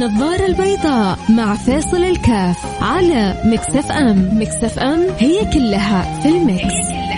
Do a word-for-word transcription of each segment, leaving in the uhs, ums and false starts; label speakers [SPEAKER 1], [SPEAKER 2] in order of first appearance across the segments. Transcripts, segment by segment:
[SPEAKER 1] النظارة البيضاء مع فاصل الكاف على ميكس اف ام. ميكس اف ام هي كلها في الميكس.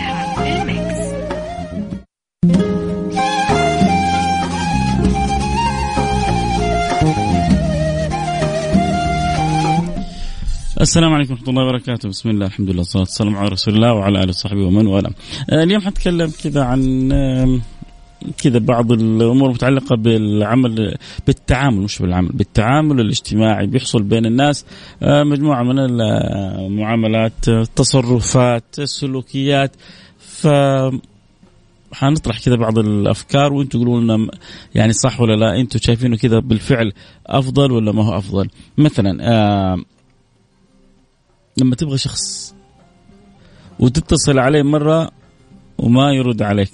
[SPEAKER 2] السلام عليكم ورحمة الله وبركاته. بسم الله الحمد لله والصلاة والسلام على رسول الله وعلى آله وصحبه ومن والاه. اليوم حنتكلم كذا عن كذا بعض الأمور المتعلقة بالعمل، بالتعامل، مش بالعمل، بالتعامل الاجتماعي بيحصل بين الناس. مجموعة من المعاملات، التصرفات، السلوكيات. ف حنطرح كذا بعض الأفكار وانتم تقولوا لنا يعني صح ولا لا، انتم شايفينه كذا بالفعل أفضل ولا ما هو أفضل. مثلا آه لما تبغى شخص وتتصل عليه مرة وما يرد عليك،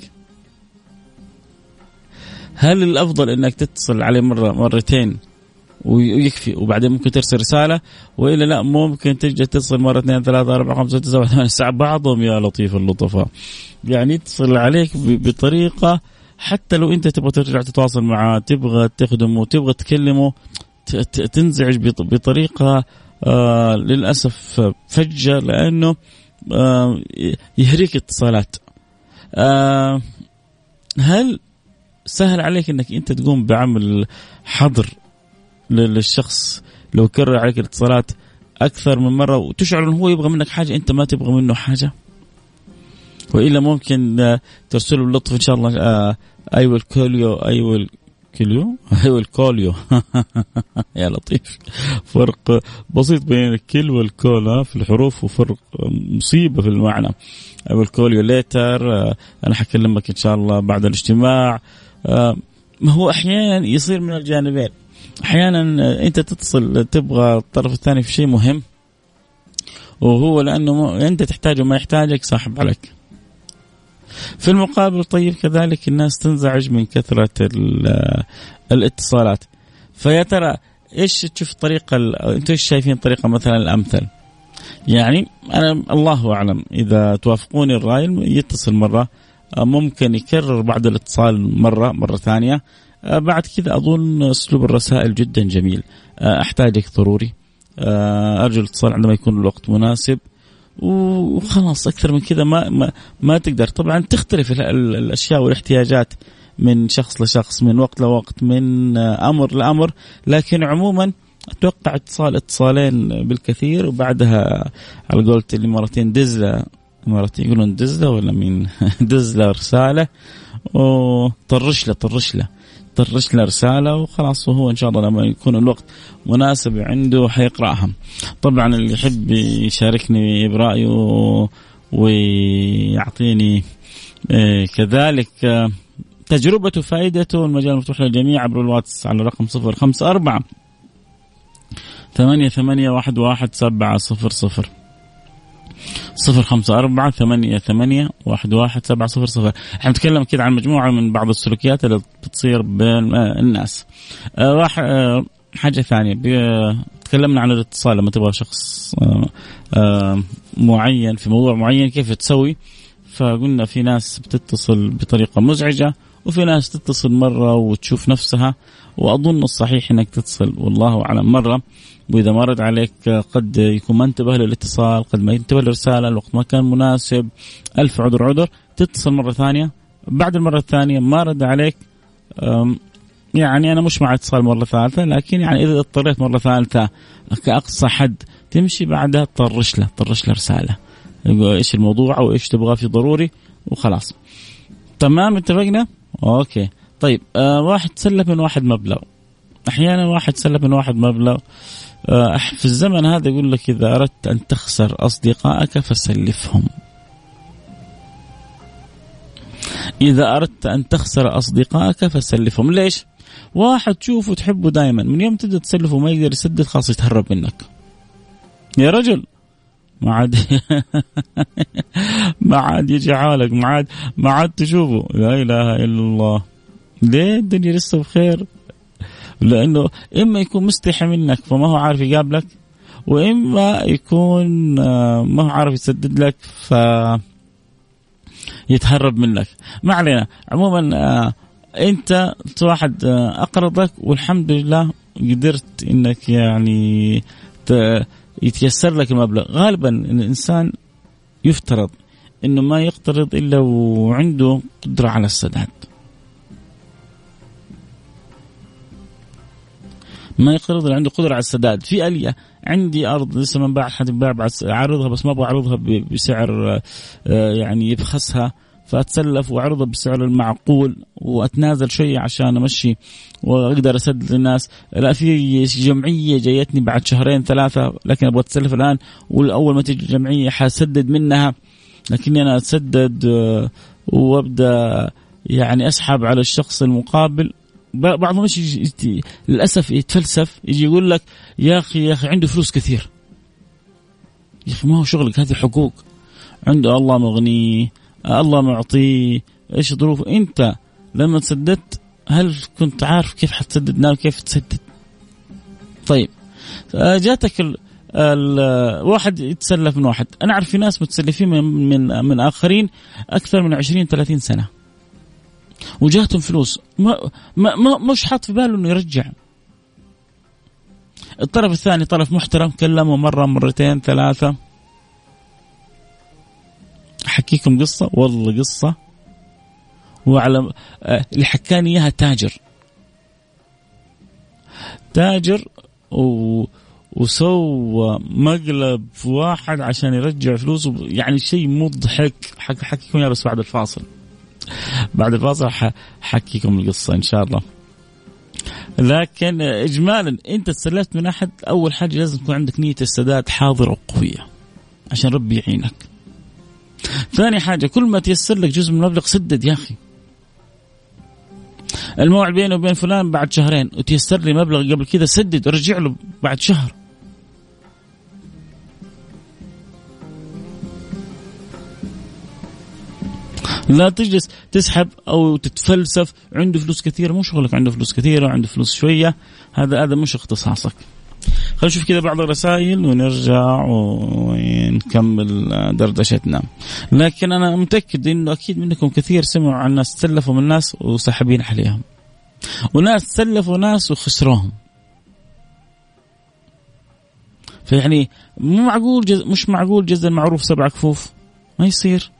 [SPEAKER 2] هل الأفضل أنك تتصل عليه مرة مرتين ويكفي وبعدين ممكن ترسل رسالة، وإلا لا ممكن تجي تتصل مرة اثنين ثلاثة أربعة خمسة ستة سبعة ثمانية ساعة بعضهم يا لطيف اللطفاء، يعني يتصل عليك بطريقة حتى لو أنت تبغى ترجع تتواصل معه، تبغى تخدمه، تبغى تكلمه، تنزعج بطريقة آه للأسف فجة، لأنه آه يهريك اتصالات. آه هل سهل عليك أنك أنت تقوم بعمل حظر للشخص لو كرر عليك الاتصالات أكثر من مرة وتشعر أنه هو يبغى منك حاجة أنت ما تبغى منه حاجة؟ وإلا ممكن آه ترسله اللطف إن شاء الله آه I will call you I will كيليو هو الكوليو يا لطيف، فرق بسيط بين الكل والكولا في الحروف وفرق مصيبة في المعنى. هو الكوليو ليتر، أنا حكلمك إن شاء الله بعد الاجتماع. ما هو أحيانا يصير من الجانبين، أحيانا أنت تتصل تبغى الطرف الثاني في شيء مهم، وهو لأنه أنت تحتاجه ما يحتاجك صاحب عليك. في المقابل طيب كذلك الناس تنزعج من كثرة الاتصالات. فيا ترى إيش تشوف طريقة، أنتوا إيش شايفين طريقة مثلا الأمثل؟ يعني أنا الله أعلم، إذا توافقوني الرأي يتصل مرة، ممكن يكرر بعد الاتصال مرة مرة ثانية، بعد كذا أظن أسلوب الرسائل جدا جميل. أحتاجك ضروري، أرجو الاتصال عندما يكون الوقت مناسب، وخلاص أكثر من كذا ما ما ما تقدر. طبعا تختلف الأشياء والاحتياجات من شخص لشخص، من وقت لوقت، من أمر لأمر، لكن عموما أتوقع اتصال اتصالين بالكثير وبعدها على قولة اللي مرتين دزلة، مرتين يقولون دزلة ولا مين دزلة رسالة وطرش له طرش له طرش له رسالة وخلاص، وهو إن شاء الله لما يكون الوقت مناسب عنده حيقرأها. طبعا اللي يحب يشاركني برأيه ويعطيني كذلك تجربته فائدته، المجال مفتوح للجميع عبر الواتس على رقم صفر خمسة أربعة ثمانية ثمانية واحد واحد سبعة صفر صفر صفر خمسة أربعة ثمانية ثمانية واحد واحد سبعة صفر صفر. احنا نتكلم كده عن مجموعة من بعض السلوكيات اللي بتصير بين الناس. أه راح أه حاجة ثانية، تكلمنا عن الاتصال لما تبغى شخص أه أه معين في موضوع معين كيف تسوي. فقلنا في ناس بتتصل بطريقة مزعجة، وفي ناس تتصل مرة وتشوف نفسها، وأظن الصحيح أنك تتصل والله أعلم مرة، وإذا ما رد عليك قد يكون ما انتبه للاتصال، قد ما ينتبه للرسالة، الوقت ما كان مناسب، ألف عذر عذر. تتصل مرة ثانية، بعد المرة الثانية ما رد عليك، يعني أنا مش مع اتصال مرة ثالثة، لكن يعني إذا اضطريت مرة ثالثة كأقصى حد تمشي، بعدها طرش له طرش له رسالة إيش الموضوع أو إيش تبغى في ضروري وخلاص. تمام اتفقنا؟ أوكي طيب. آه واحد سلف من واحد مبلغ، أحيانا واحد سلف من واحد مبلغ. آه في الزمن هذا يقول لك إذا أردت أن تخسر أصدقائك فسلفهم. إذا أردت أن تخسر أصدقائك فسلفهم. ليش؟ واحد تشوفه تحبه دائما، من يوم تبدأ تسلفه ما يقدر يسدد، خلاص يتهرب منك يا رجل، ما عاد ما عاد يجي حالك، ما عاد ما عاد تشوفه. لا إله إلا الله. ليه؟ الدنيا لسه بخير. لأنه إما يكون مستحي منك فما هو عارف يقابلك، وإما يكون ما هو عارف يسدد لك فيتهرب منك. ما علينا. عموما أنت واحد أقرضك والحمد لله قدرت إنك يعني يتيسر لك المبلغ. غالبا الإنسان يفترض إنه ما يقترض إلا وعنده قدرة على السداد، ما يقترض إلا عنده قدرة على السداد. في آلية، عندي أرض لسه ما باع حد باع بعد أعرضها، بس ما أبغى أعرضها بسعر يعني يبخسها، فأتسلف وأعرضها بسعر المعقول وأتنازل شوية عشان أمشي وأقدر أسدد للناس. لا، في جمعية جايتني بعد شهرين ثلاثة لكن أبغى أتسلف الآن، والأول ما تيجي جمعية حسدد منها، لكني أنا أتسدد وأبدأ يعني أسحب على الشخص المقابل. بعضهم مش للأسف يتفلسف، يجي يقول لك يا أخي يا أخي عنده فلوس كثير. يا أخي ما هو شغلك، هذه حقوق عنده، الله مغنيه، الله معطيه، إيش ظروف. أنت لما تسددت هل كنت عارف كيف حتسدد ناو كيف تسدد؟ طيب جاتك ال الواحد يتسلف من واحد، أنا أعرف في ناس متسلفين من, من, من آخرين أكثر من عشرين ثلاثين سنة وجاتهم فلوس، ما, ما, ما مش حاط في باله إنه يرجع. الطرف الثاني طرف محترم، كلمه مرة مرتين ثلاثة. أحكيكم قصة، والله قصة، وعلى اللي حكاني إياها تاجر تاجر و وسوى مقلب في واحد عشان يرجع فلوسه، يعني شيء مضحك. حكيكم يا بس بعد الفاصل، بعد الفاصل حكيكم القصة إن شاء الله. لكن إجمالا أنت تسلفت من أحد، أول حاجة لازم تكون عندك نية السداد حاضرة وقوية عشان ربي يعينك. ثاني حاجة، كل ما تيسر لك جزء من المبلغ سدد يا أخي. الموعد بينه وبين فلان بعد شهرين وتيسر لي مبلغ قبل كذا، سدد ورجع له بعد شهر. لا تجلس تسحب أو تتفلسف. عنده فلوس كثيرة، مو شغلك عنده فلوس كثيرة، عنده فلوس شوية، هذا هذا مش اختصاصك. خلينا نشوف كذا بعض الرسائل ونرجع ونكمل دردشتنا. لكن أنا متأكد إنه أكيد منكم كثير سمعوا عن ناس تسلفوا من الناس وسحبين عليهم، وناس تسلفوا ناس وخسروهم. فيعني مو معقول جز... مش معقول جزء المعروف سبع كفوف، ما يصير.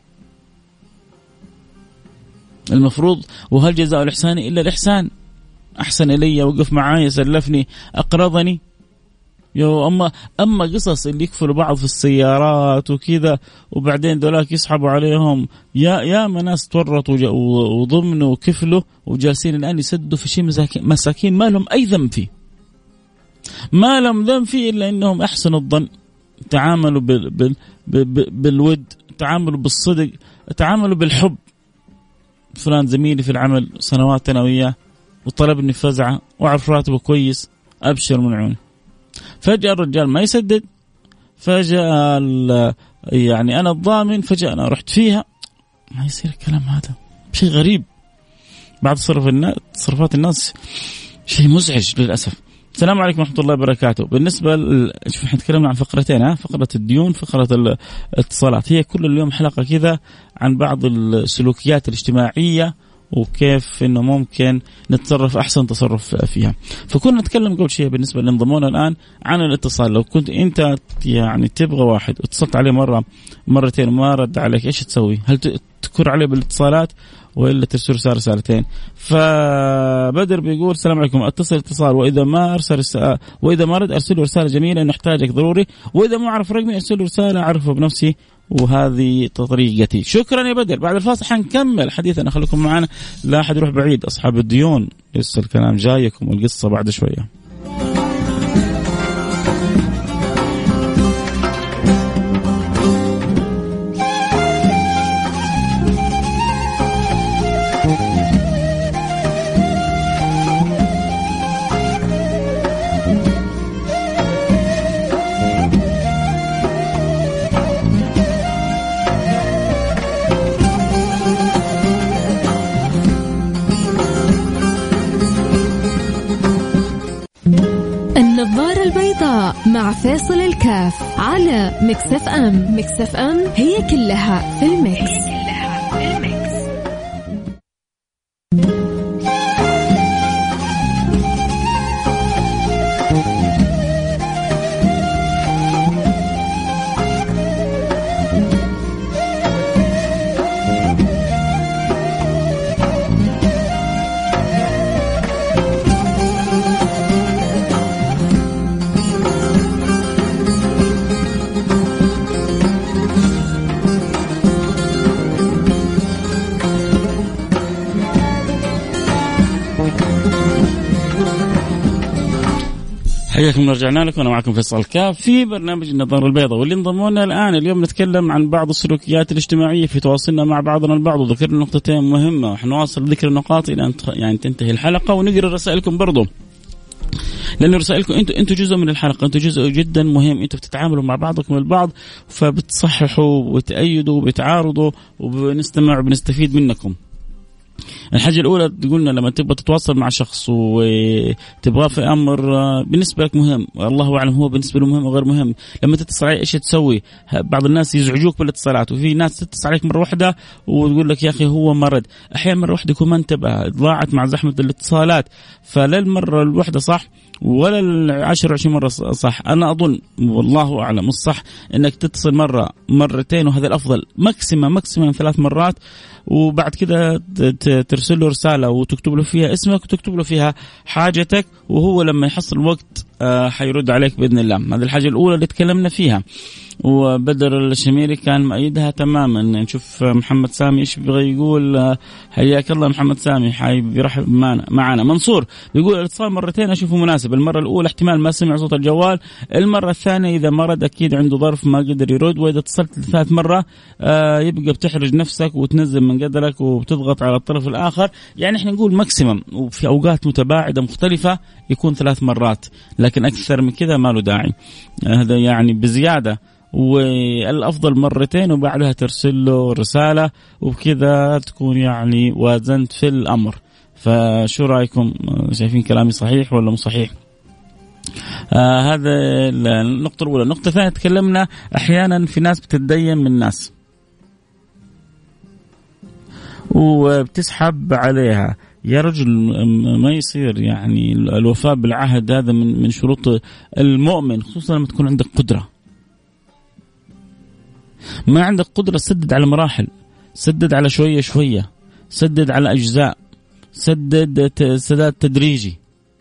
[SPEAKER 2] المفروض وهل جزاء الإحسان إلا الإحسان، أحسن إلي، وقف معاي، سلفني، أقرضني. يو أما أما قصص اللي يكفلوا بعض في السيارات وكذا وبعدين دولاك يسحبوا عليهم، يا يا ناس تورطوا وضمنوا وكفلوا وجالسين الآن يسدوا في شيء مساكين ما لهم أي ذنب فيه، ما لهم ذنب فيه إلا إنهم أحسنوا الظن، تعاملوا بال بال بال بالود، تعاملوا بالصدق، تعاملوا بالحب. فلان زميلي في العمل سنوات أنا وياه وطلبني فزعة وعرف راتبه كويس، أبشر من عوني. فجأة الرجال ما يسدد، فجأة يعني أنا الضامن، فجأة أنا رحت فيها. ما يصير الكلام هذا، شيء غريب. بعد صرف الناس صرفات الناس شيء مزعج للأسف. السلام عليكم ورحمة الله وبركاته. بالنسبة ل... شوف احنا تكلمنا عن فقرتين، ها فقرة الديون، فقرة الاتصالات. هي كل اليوم حلقة كذا عن بعض السلوكيات الاجتماعية وكيف انه ممكن نتصرف احسن تصرف فيها. فكنا نتكلم قبل شيء بالنسبة لانضمونا الان عن الاتصال. لو كنت انت يعني تبغى واحد واتصلت عليه مرة مرتين وما رد عليك، ايش تسوي؟ هل تكر عليه بالاتصالات وإلا ترسل رسالة رسالتين؟ فبدر بيقول السلام عليكم، اتصل اتصال وإذا ما أرسل رسالة وإذا ما رد أرسل له رسالة جميلة إنه احتاجك ضروري، وإذا ما أعرف رقمي أرسل له رسالة أعرفه بنفسي، وهذه طريقتي. شكرا يا بدر. بعد الفاصل حنكمل حديثنا، خليكم معنا لا أحد يروح بعيد. أصحاب الديون لسه الكلام جايكم والقصة بعد شوية.
[SPEAKER 1] النظارة البيضاء مع فاصل الكاف على مكسف أم. مكسف أم هي كلها في المكس.
[SPEAKER 2] حياكم، رجعنا لكم. أنا معكم فيصل كاف في برنامج النظارة البيضاء، واللي انضمونا الآن اليوم نتكلم عن بعض السلوكيات الاجتماعية في تواصلنا مع بعضنا البعض، وذكرنا نقطتين مهمة وحنواصل ذكر النقاط إلى أن يعني تنتهي الحلقة، ونقرأ رسائلكم برضو، لأن رسائلكم أنتوا أنتوا جزء من الحلقة، أنتوا جزء جدا مهم، أنتوا بتتعاملوا مع بعضكم البعض، فبتصححوا وبتأيدوا وبتعارضوا وبنستمع وبنستفيد منكم. الحاجة الأولى قلنا لما تبغى تتواصل مع شخص وتبغاه في أمر بالنسبة لك مهم، الله أعلم هو بالنسبة له مهم أو غير مهم، لما تتصل عليه إيش تسوي؟ بعض الناس يزعجوك بالاتصالات، وفي ناس تتصل عليك مرة واحدة وتقول لك يا أخي هو مرض، أحيانا مرة واحدة يكون ما انتبه، ضاعت مع زحمة الاتصالات، فلا المرة الواحدة صح ولا العشر وعشرين مرة صح. أنا أظن والله أعلم الصح إنك تتصل مرة مرتين، وهذا الأفضل، ماكسيما ماكسيما ثلاث مرات، وبعد كده ترسل له رسالة وتكتب له فيها اسمك وتكتب له فيها حاجتك، وهو لما يحصل الوقت حيرد عليك بإذن الله. هذه الحاجة الأولى اللي تكلمنا فيها، وبدر الشميري كان مؤيدها تماما. نشوف محمد سامي إيش بغي يقول. حياك الله محمد سامي، حي بيرحب معنا. منصور بيقول الاتصال مرتين أشوفه مناسب، المرة الأولى احتمال ما سمع صوت الجوال، المرة الثانية إذا مرض أكيد عنده ظرف ما قدر يرد، وإذا اتصلت ثالث مرة آه يبقى بتحرج نفسك وتنزل من قدرك وبتضغط على الطرف الآخر. يعني احنا نقول ماكسيمم، وفي أوقات متباعدة مختلفة يكون ثلاث مرات، لكن أكثر من كذا ما له داعي، هذا يعني بزيادة. والأفضل مرتين وبعدها ترسل له رسالة، وبكذا تكون يعني وازنت في الأمر. فشو رأيكم؟ شايفين كلامي صحيح ولا مو صحيح؟ آه هذا النقطة الأولى. النقطة الثانية تكلمنا أحيانا في ناس بتتدين من ناس وبتسحب عليها. يا رجل ما يصير، يعني الوفاء بالعهد هذا من من شروط المؤمن، خصوصا لما تكون عندك قدرة. ما عندك قدرة سدد على مراحل، سدد على شوية شوية، سدد على أجزاء، سدد سداد تدريجي.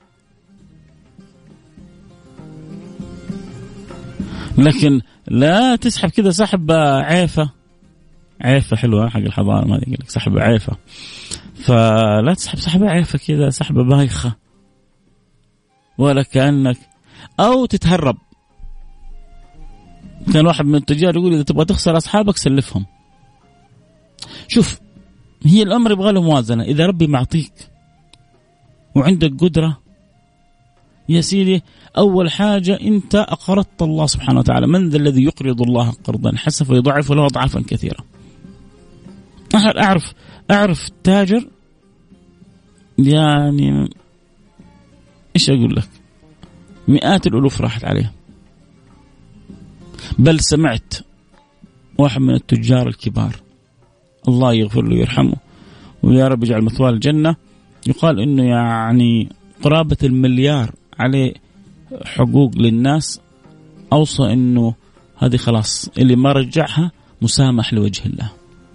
[SPEAKER 2] لكن لا تسحب كذا سحب عيفة، عيفة حلوة حق الحضارة، ما يقول لك سحب عيفة، فلا تسحب سحب عيفة كذا سحبة بايخة ولا كأنك، أو تتهرب. كان واحد من التجار يقول إذا تبغى تخسر أصحابك سلفهم. شوف، هي الأمر يبغى له موازنة. إذا ربي معطيك وعندك قدرة يا سيدي، أول حاجة أنت أقرضت الله سبحانه وتعالى. من ذا الذي يقرض الله قرضا حسنا فيضاعف له أضعافا كثيرة؟ أعرف أعرف تاجر، يعني إيش أقول لك، مئات الألوف راحت عليه. بل سمعت واحد من التجار الكبار، الله يغفر له ويرحمه ويا رب يجعل مثواه الجنة، يقال إنه يعني قرابة المليار عليه حقوق للناس، أوصى إنه هذه خلاص اللي ما رجعها مسامح لوجه الله.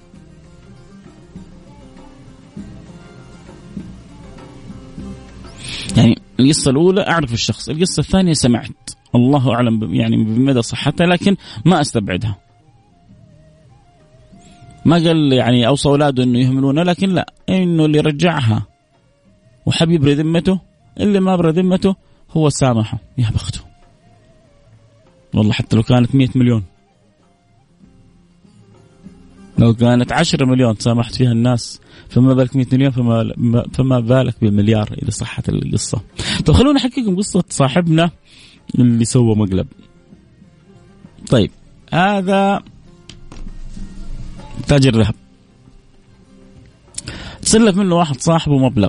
[SPEAKER 2] يعني القصة الأولى أعرف الشخص، القصة الثانية سمعت، الله أعلم يعني بمدى صحتها، لكن ما أستبعدها. ما قال يعني أوصى أولاده إنه يهملونه، لكن لا، إنه اللي رجعها وحب يبرد ذمته، اللي ما برد ذمته هو سامحه، يا بخته والله. حتى لو كانت مئة مليون، لو كانت عشرة مليون سامحت فيها الناس، فما بالك مئة مليون، فما, فما بالك بالمليار إذا صحت القصة. طب خلونا أحكيكم قصة صاحبنا اللي سوى مقلب. طيب، هذا تاجر ذهب، سلف منه واحد صاحبه مبلغ،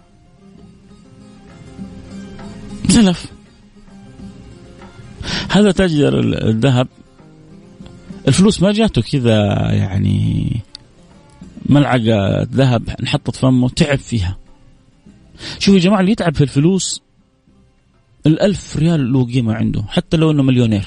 [SPEAKER 2] سلف. هذا تاجر الذهب الفلوس ما جاته كذا، يعني ملعقة ذهب انحطت فمه، تعب فيها. شوفوا يا جماعة، اللي يتعب في الفلوس الألف ريال له قيمة عنده، حتى لو إنه مليونير.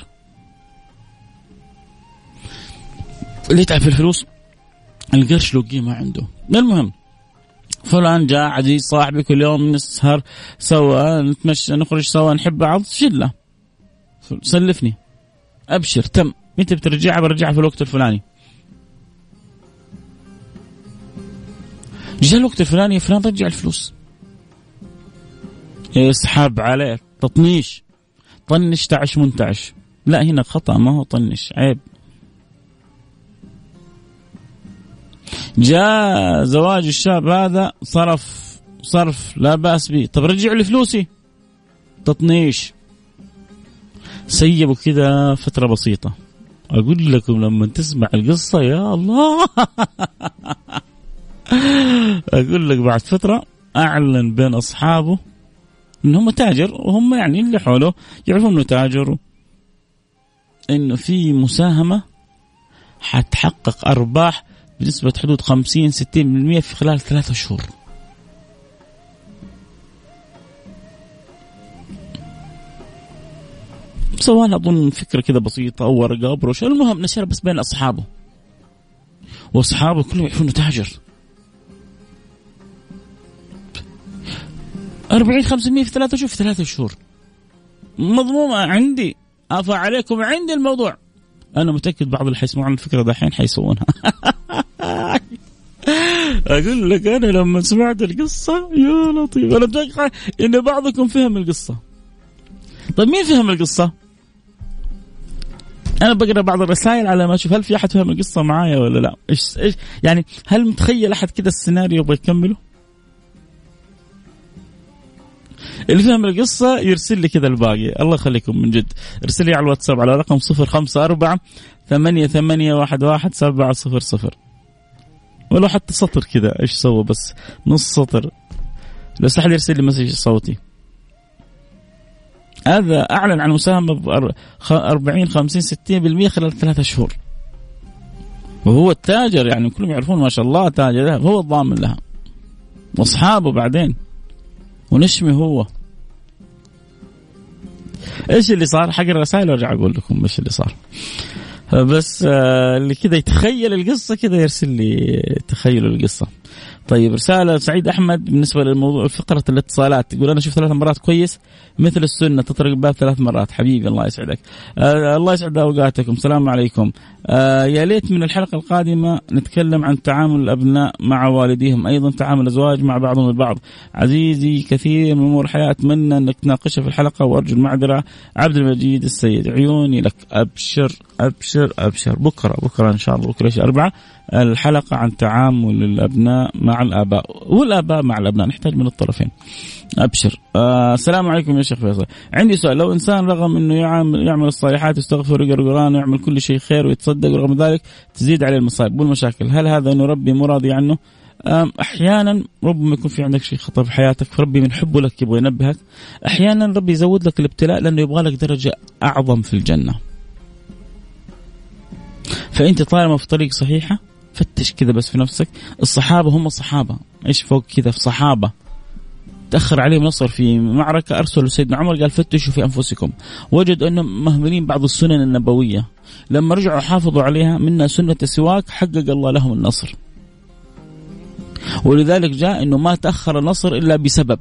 [SPEAKER 2] اللي يتعب في الفلوس القرش له قيمة عنده. المهم، فلان جاء عزيز صاحبي، كل يوم نسهر سوا، نتمشى، نخرج سوا، نحب بعض، شلة، سلفني، أبشر، تم، متى بترجعها؟ برجعها في الوقت الفلاني. جاء الوقت الفلاني، يا فلان رجع الفلوس، يسحب عليه تطنيش، طنش تعش منتعش. لا هنا خطأ، ما هو طنش، عيب. جاء زواج الشاب هذا صرف صرف لا بأس به، طب رجع لي فلوسي، تطنيش. سيبوا كذا فترة بسيطة. أقول لكم لما تسمع القصة يا الله أقول لك بعد فترة أعلن بين أصحابه إنه هم تاجر، وهم يعني اللي حوله يعرفون إنه تاجر، إنه في مساهمة حتحقق أرباح بنسبة حدود خمسين ستين بالمئة في خلال ثلاثة شهور. سواء أظن فكرة كذا بسيطة أو ورقة أو بروشة، المهم نشر بس بين أصحابه، وأصحابه كلهم يعرفون إنه تاجر. أربعين خمسمية في ثلاثة شهور، في ثلاثة شهور مضمومة عندي، أفا عليكم عندي الموضوع. أنا متأكد بعض اللي حيسمعون الفكرة دحين حيسوونها. أقول لك أنا لما سمعت القصة يا لطيف، أنا أتوقع إن بعضكم فهم القصة. طيب مين فهم القصة؟ أنا بقرأ بعض الرسائل على ما أشوف هل في أحد فهم القصة معايا ولا لا. إيش إيش يعني، هل متخيل أحد كده السيناريو يبغى يكمله؟ اللي فهم القصة يرسل لي كذا الباقي. الله يخليكم من جد، ارسل لي على الواتساب على رقم صفر خمسة أربعة ثمانية ثمانية واحد واحد سبعة صفر صفر، ولو حتى سطر كذا إيش سوى، بس نص سطر، لو سهل يرسل لي مسج صوتي. هذا أعلن عن مساهمة أربعين خمسين ستين بالمئة خلال ثلاثة شهور، وهو التاجر، يعني كلهم يعرفون ما شاء الله تاجر، هو الضامن لها وأصحابه بعدين ونشمي هو. إيش اللي صار؟ حق الرسائل وارجع أقول لكم إيش اللي صار. بس اللي كذا يتخيل القصة كذا يرسل لي تخيلوا القصة. طيب رسالة سعيد أحمد بالنسبة للموضوع فقرة الاتصالات، يقول أنا شوف ثلاث مرات كويس مثل السنة، تطرق الباب ثلاث مرات. حبيبي الله يسعدك. آه الله يسعد أوقاتكم. السلام عليكم. آه يا ليت من الحلقة القادمة نتكلم عن تعامل الأبناء مع والديهم، أيضا تعامل الأزواج مع بعضهم البعض. عزيزي كثير من أمور الحياة أتمنى أنك تناقشها في الحلقة، وأرجو المعذرة. عبد المجيد السيد. عيوني لك. أبشر أبشر أبشر. بكرة بكرة إن شاء الله، بكرة شيء أربعة الحلقة عن تعامل الأبناء مع الآباء والآباء مع الأبناء، نحتاج من الطرفين. أبشر. آه السلام عليكم يا شيخ فيصل. عندي سؤال، لو إنسان رغم أنه يعمل, يعمل الصالحات يستغفر ويقرأ القرآن ويعمل كل شيء خير ويتصدق، ورغم ذلك تزيد عليه المصائب والمشاكل، هل هذا أنه ربي مراضي عنه؟ أحيانا ربما يكون في عندك شيء خطأ في حياتك، فربي من حبه لك يبغى ينبهك. أحيانا ربي يزود لك الابتلاء لأنه يبغى لك درجة أعظم في الجنة. فأنت طالما في طريق صحيحة فتش كذا بس في نفسك. الصحابة هم الصحابة، إيش فوق كذا في صحابة تأخر عليهم نصر في معركة، أرسلوا سيدنا عمر قال فتشوا في أنفسكم، وجدوا أنهم مهملين بعض السنن النبوية، لما رجعوا حافظوا عليها، منها سنة السواك، حقق الله لهم النصر. ولذلك جاء أنه ما تأخر النصر إلا بسبب.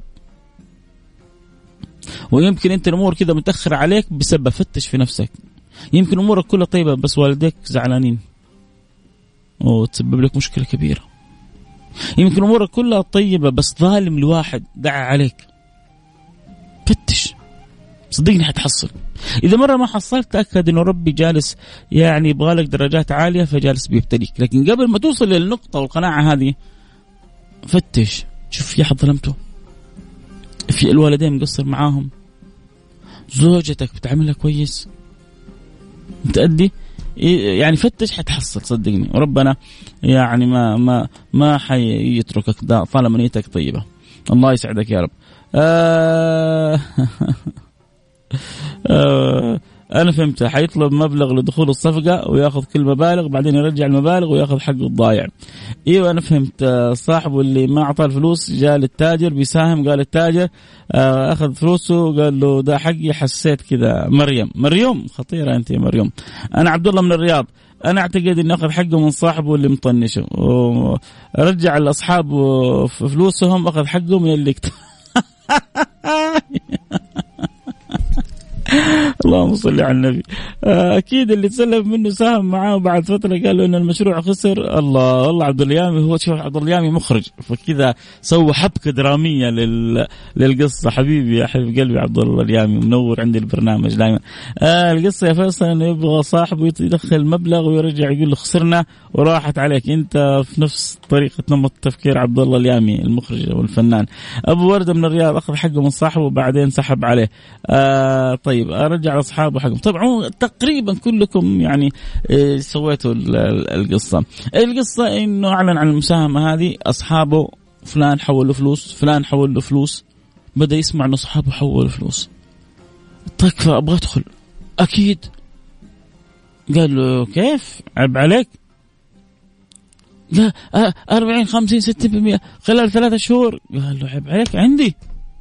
[SPEAKER 2] ويمكن أنت الأمور كذا متأخر عليك بسبب، فتش في نفسك. يمكن أمورك كلها طيبة بس والديك زعلانين وتسبب لك مشكلة كبيرة. يمكن أمورك كلها طيبة بس ظالم لواحد دعا عليك. فتش، صدقني حتحصل. إذا مرة ما حصلت تأكد إنه ربي جالس يعني يبغالك درجات عالية فجالس بيبتليك. لكن قبل ما توصل للنقطة والقناعة هذه فتش، شوف في أحد ظلمته، في الوالدين مقصر معاهم، زوجتك بتعملها كويس، متأدي، يعني فتش حتحصل صدقني. وربنا يعني ما ما ما حيتركك طالما نيتك طيبة. الله يسعدك يا رب. آه آه أنا فهمت، حيطلب مبلغ لدخول الصفقة ويأخذ كل مبالغ، بعدين يرجع المبالغ ويأخذ حقه الضايع. إيوه أنا فهمت. صاحبه اللي ما أعطاه الفلوس جاء للتاجر بيساهم، قال التاجر آه أخذ فلوسه وقال له ده حقي. حسيت كذا. مريم مريم خطيرة أنت يا مريم. أنا عبد الله من الرياض. أنا أعتقد إنه أخذ حقه من صاحبه اللي مطنشه، ورجع لأصحابه فلوسهم، أخذ حقه من اللي كت... اللهم صل على النبي. اكيد اللي تسلف منه سهم معاه بعد فتره قال له ان المشروع خسر. الله والله عبد اليامي هو شوف عبد اليامي مخرج فكذا سوى حبكه دراميه لل... للقصه. حبيبي يا حبيب قلبي عبد الله اليامي منور عندي البرنامج دائما. آه القصه يا فيصل انه يبغى صاحبه يدخل مبلغ ويرجع يقول له خسرنا وراحت عليك. انت في نفس طريقه نمط تفكير عبد الله اليامي المخرج والفنان. ابو ورده من الرياض اخذ حقه من صاحبه وبعدين سحب عليه. آه طيب ارجع لاصحابه حقهم. طبعا تقريبا كلكم يعني آه سويتوا القصه. القصه انه اعلن عن المساهمه هذه، اصحابه فلان حول له فلوس، فلان حول له فلوس، بدا يسمع انه اصحابه حولوا فلوس. طيب ابغى ادخل اكيد. قال له كيف عيب عليك؟ لا أربعين خمسين ستين بالمئة خلال ثلاثة شهور. قال له عيب عليك عندي.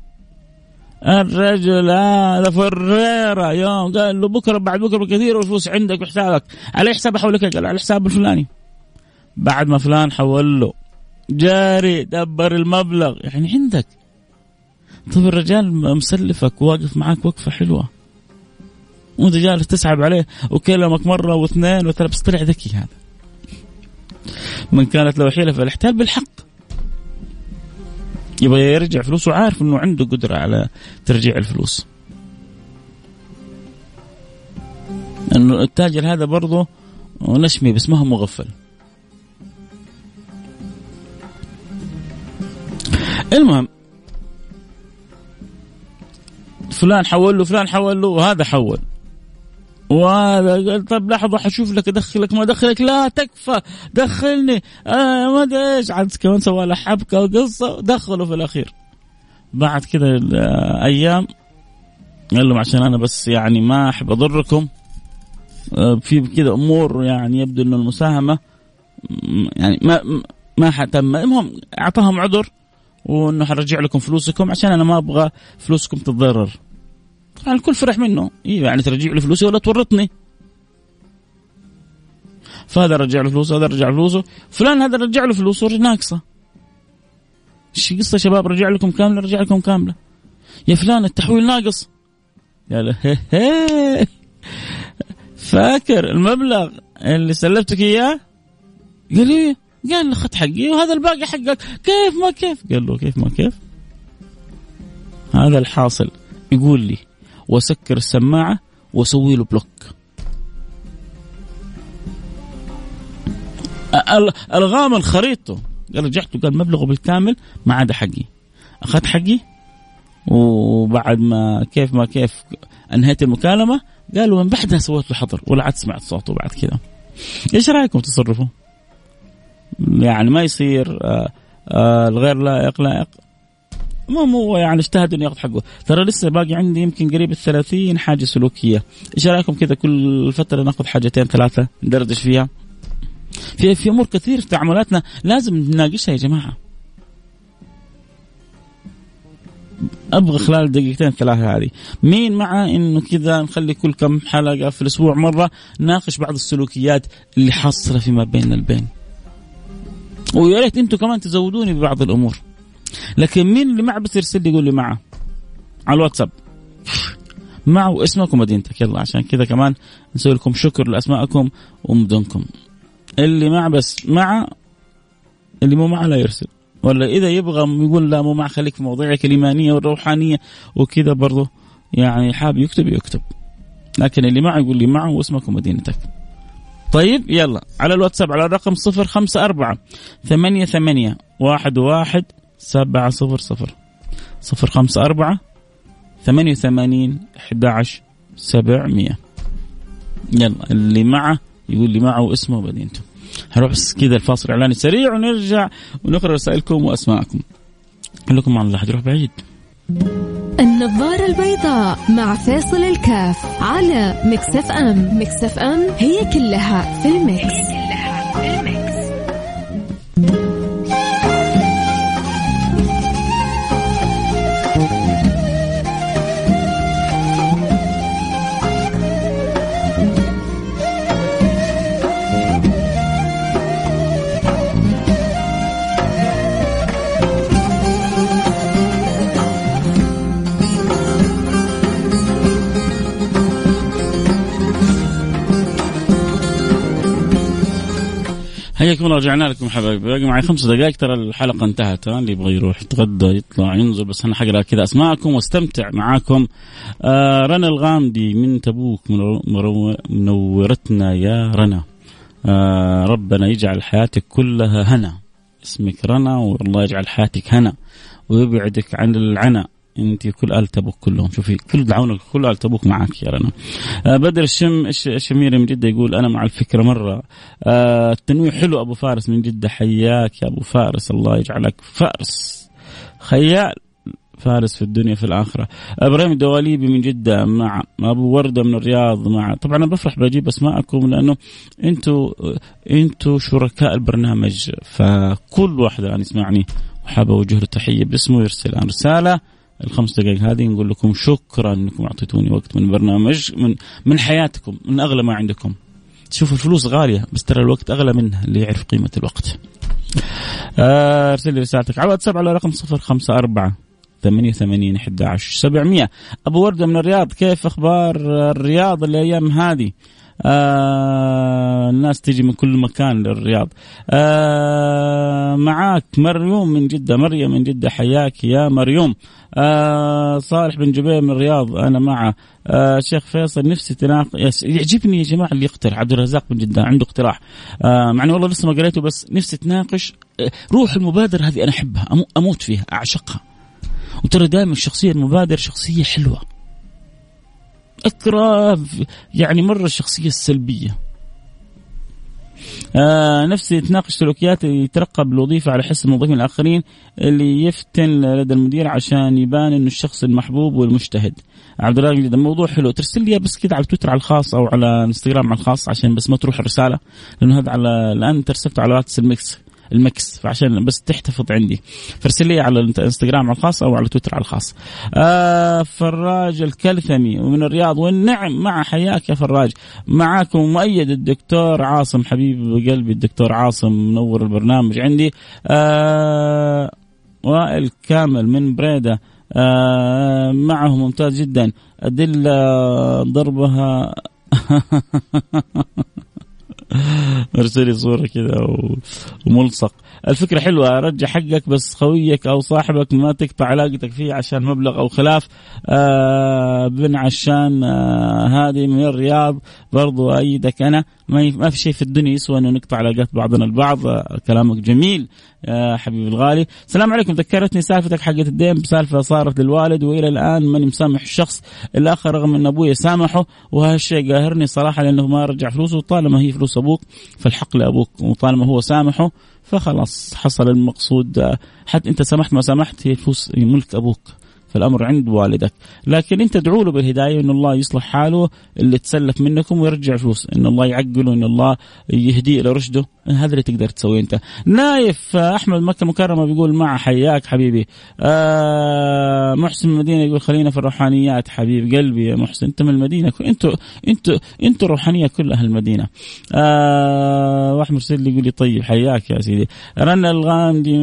[SPEAKER 2] الرجل هذا فريرة يوم قال له بكرة بعد بكرة بكثير والفلوس عندك وحسابك. على حساب حولك؟ قال على حساب الفلاني. بعد ما فلان حول له جاري دبر المبلغ يعني عندك. طب الرجال مسلفك واقف معاك وقفة حلوة وانت جالس تسحب عليه وكلمك مرة واثنين وثلاثة بس طلع ذكي. هذا من كانت له حيلة فالاحتال بالحق، يبغى يرجع فلوسه وعارف انه عنده قدرة على ترجيع الفلوس. انه التاجر هذا برضه نشمي بس ما هو مغفل. المهم فلان حول له فلان حول له وهذا حول وهذا قال طب لحظة حشوف لك أدخلك ما أدخلك. لا تكفى دخلني آه ما أدري إيش. عاد كمان سوى له حبكة وقصة دخله في الأخير. بعد كده أيام قال لهم عشان أنا بس يعني ما أحب أضركم آه في كده أمور يعني يبدو إنه المساهمة يعني ما ما حتم. المهم أعطاهم عذر وإنه حرجع لكم فلوسكم عشان أنا ما أبغى فلوسكم تتضرر. طبعا الكل فرح منه. إيه يعني ترجع لي فلوسي ولا تورطني. فهذا رجع له فلوسه هذا رجع له فلوسه فلان هذا رجع له فلوسه ناقصة. ايش قصة شباب؟ رجع لكم كاملة رجع لكم كاملة. يا فلان التحويل ناقص. يا له هي هي فاكر المبلغ اللي سلفتك إياه؟ قال لي قال له خد حقي وهذا الباقي حقك. كيف ما كيف؟ قال له كيف ما كيف. هذا الحاصل. يقول لي وسكر السماعة وسوي له بلوك. الغام الخريطه. قال رجعت قال مبلغه بالكامل ما عدا حقي. أخذت حقي وبعد ما كيف ما كيف انهيت المكالمة قالوا من بعدها سويت له حظر ولا عاد سمعت صوته بعد كذا. ايش رايكم تصرفوا؟ يعني ما يصير آآ آآ الغير لائق لائق. مو مو يعني اجتهد انه ياخذ حقه. ترى لسه باقي عندي يمكن قريب الثلاثين حاجه سلوكيه. ايش رايكم كذا كل فتره ناخذ حاجتين ثلاثه ندردش فيها؟ في في امور كثير في تعاملاتنا لازم نناقشها يا جماعه. ابغى خلال دقيقتين ثلاثه هذه مين مع انه كذا نخلي كل كم حلقه في الاسبوع مره ناقش بعض السلوكيات اللي حاصله فيما بيننا البين. ويا ريت انتم كمان تزودوني ببعض الامور. لكن مين اللي معه بس يرسل لي يقول لي معه على الواتساب معه اسمكم ومدينتك. يلا عشان كذا كمان نسوي لكم شكر لاسماءكم ومدنكم. اللي معه بس معه، اللي مو معه لا يرسل. ولا إذا يبغى يقول لا مو معه خليك في مواضيعك الإيمانية والروحانية وكذا برضو يعني حاب يكتب يكتب. لكن اللي معه يقول لي معه واسمك ومدينتك. طيب يلا على الواتساب على الرقم صفر خمسة أربعة ثمانية ثمانية واحد واحد سبعة صفر صفر صفر خمسة أربعة ثمانية وثمانين أحد عشر سبعمية. يلا اللي معه يقول لي معه اسمه ومدينته. هروح بس كذا الفاصل إعلاني سريع ونرجع ونقرأ رسائلكم وأسماءكم. لكم عن الله حد يروح بعيد.
[SPEAKER 1] النظارة البيضاء مع فاصل الكاف على ميكس اف ام. ميكس اف ام هي كلها في الميكس.
[SPEAKER 2] حياكم الله. رجعنا لكم حبايبي، باقي معي خمس دقائق ترى الحلقة انتهت. اللي يبغى يروح يتغدى يطلع ينزل، بس أنا حقرأ كذا أسماءكم واستمتع معاكم. آه رنا الغامدي من تبوك منورتنا يا رنا. آه ربنا يجعل حياتك كلها هنا. اسمك رنا والله يجعل حياتك هنا ويبعدك عن العنى. انت كل آل تبوك كلهم، شوفي كل دعونك كل آل تبوك معك يا رنا. آه بدر الشم الشميري من جدة يقول أنا مع الفكرة مرة. آه التنويع حلو. أبو فارس من جدة حياك يا أبو فارس، الله يجعلك فارس خيال، فارس في الدنيا في الآخرة. إبراهيم الدواليبي من جدة مع أبو وردة من الرياض مع. طبعا أنا بفرح بجيب أسماءكم لأنه أنتوا أنتوا شركاء البرنامج، فكل واحد الآن يسمعني وحاب أوجه له تحية باسمه يرسل الآن رسالة. الخمس دقائق هذه نقول لكم شكرا أنكم أعطيتوني وقت من برنامج من من حياتكم، من أغلى ما عندكم. تشوفوا الفلوس غالية بس ترى الوقت أغلى منها، اللي يعرف قيمة الوقت. أرسل لي رسالتك على واتساب على رقم صفر خمسة أربعة ثمانية ثمانين أحد عشر سبعمية. أبو وردة من الرياض، كيف أخبار الرياض الأيام هذه؟ آه الناس تيجي من كل مكان للرياض. آه معاك مريوم من جدة. مريم من جدة حياك يا مريوم. آه صالح بن جبير من الرياض أنا معه. آه شيخ فيصل نفسي تناقش. يعجبني يا جماعة اللي يقترح. عبد الرزاق بن جدة عنده اقتراح، آه معني والله لسه ما قريته بس نفسي تناقش. آه روح المبادرة هذه أنا أحبها، أموت فيها أعشقها. وترى دائما الشخصية المبادر شخصية حلوة. أكره يعني مرة الشخصية السلبية. آه نفسي تناقش سلوكيات يترقب الوظيفة على حس الموظفين الآخرين اللي يفتن لدى المدير عشان يبان إنه الشخص المحبوب والمجتهد. عبد الله جدا موضوع حلو، ترسل لي بس كده على تويتر على الخاص أو على انستغرام على الخاص عشان بس ما تروح الرسالة، لأنه هذا على الآن ترسلته على واتس الميكس المكس، فعشان بس تحتفظ عندي فرسل لي على الانستغرام على الخاص او على تويتر على الخاص. آه فراج الكلثمي ومن الرياض، والنعم مع حياك يا فراج. معاكم مؤيد الدكتور عاصم حبيب قلبي، الدكتور عاصم منور البرنامج عندي. آه وائل كامل من بريدة آه معه ممتاز جدا. أدلة ضربها ارسلي صورة كذا وملصق. الفكرة حلوة، رجع حقك بس خويك أو صاحبك ما تقطع علاقتك فيه عشان مبلغ أو خلاف. آه بن عشان آه هذه من الرياض برضو أيدك أنا. ما في شيء في الدنيا يسوى أنه نقطع علاقات بعضنا البعض. آه كلامك جميل يا حبيبي الغالي. السلام عليكم. ذكرتني سالفتك حقة الدين بسالفة صارت للوالد وإلى الآن ماني مسامح الشخص الآخر رغم أن أبوي سامحه، وهالشيء قاهرني صراحة لأنه ما رجع فلوسه. طالما هي فلوس أبوك فالحق لأبوك، وطالما هو سامحه فخلاص حصل المقصود. حتى أنت سامحت ما سامحت هي فلوس ملك أبوك، فالأمر عند والدك. لكن أنت ادعو له بالهداية إن الله يصلح حاله اللي تسلف منكم ويرجع فلوس، إن الله يعقله، إن الله يهديه إلى رشده. هذا اللي تقدر تسويه أنت. نايف أحمد مكة مكرمة بيقول مع حياك حبيبي. آه محسن من المدينة يقول خلينا في الروحانيات. حبيب قلبي يا محسن، أنت من المدينة، أنتوا أنتوا أنتوا الروحانية كل أهل المدينة. آه واحد مرسل لي يقول لي طيب حياك يا سيدي. رنا الغامدي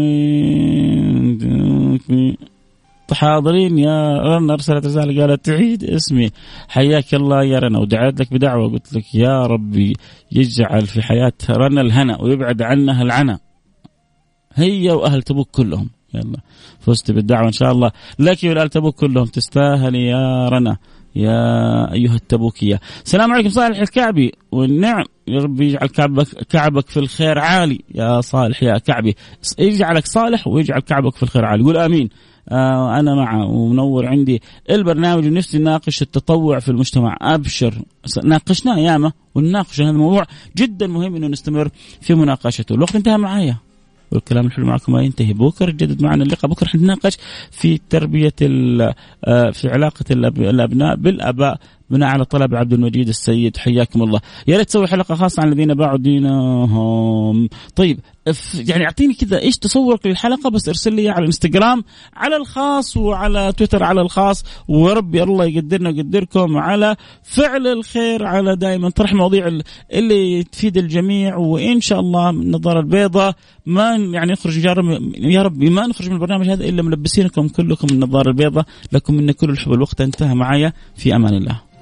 [SPEAKER 2] حاضرين يا رنا، أرسلت رسالة قالت تعيد اسمي. حياك الله يا رنا، ودعيت لك بدعوة قلت لك يا ربي يجعل في حياة رنا الهنا ويبعد عنها العنى، هي وأهل تبوك كلهم. يلا فزت بالدعوة إن شاء الله لك والأهل تبوك كلهم. تستاهل يا رنا يا أيها التبوكية. السلام عليكم. صالح الكعبي، والنعم يا رب يجعل كعبك كعبك في الخير عالي يا صالح يا كعبي، يجعلك صالح ويجعل كعبك في الخير عالي. قول آمين. آه أنا معه ومنور عندي البرنامج ونفسي نناقش التطوع في المجتمع. أبشر ناقشناه ياما ونناقش هذا الموضوع جدا مهم إنه نستمر في مناقشته. الوقت انتهى معايا والكلام الحلو معكم ما ينتهي. بكرة جدد معنا اللقاء. بكرة حنتناقش في تربية في علاقة الأبناء بالآباء بناء على طلب عبد المجيد السيد. حياكم الله. يا ريت تسوي حلقة خاصة عن الذين باعوا دينهم. طيب يعني اعطيني كذا ايش تصورك للحلقة، بس ارسل لي على الانستغرام على الخاص وعلى تويتر على الخاص، وربي الله يقدرنا ويقدركم على فعل الخير، على دائما طرح مواضيع اللي تفيد الجميع. وان شاء الله النظارة البيضاء ما يعني نخرج يا ربي ما نخرج من البرنامج هذا الا ملبسينكم كلكم النظارة البيضاء. لكم من كل الحب. الوقت انتهى معايا، في امان الله.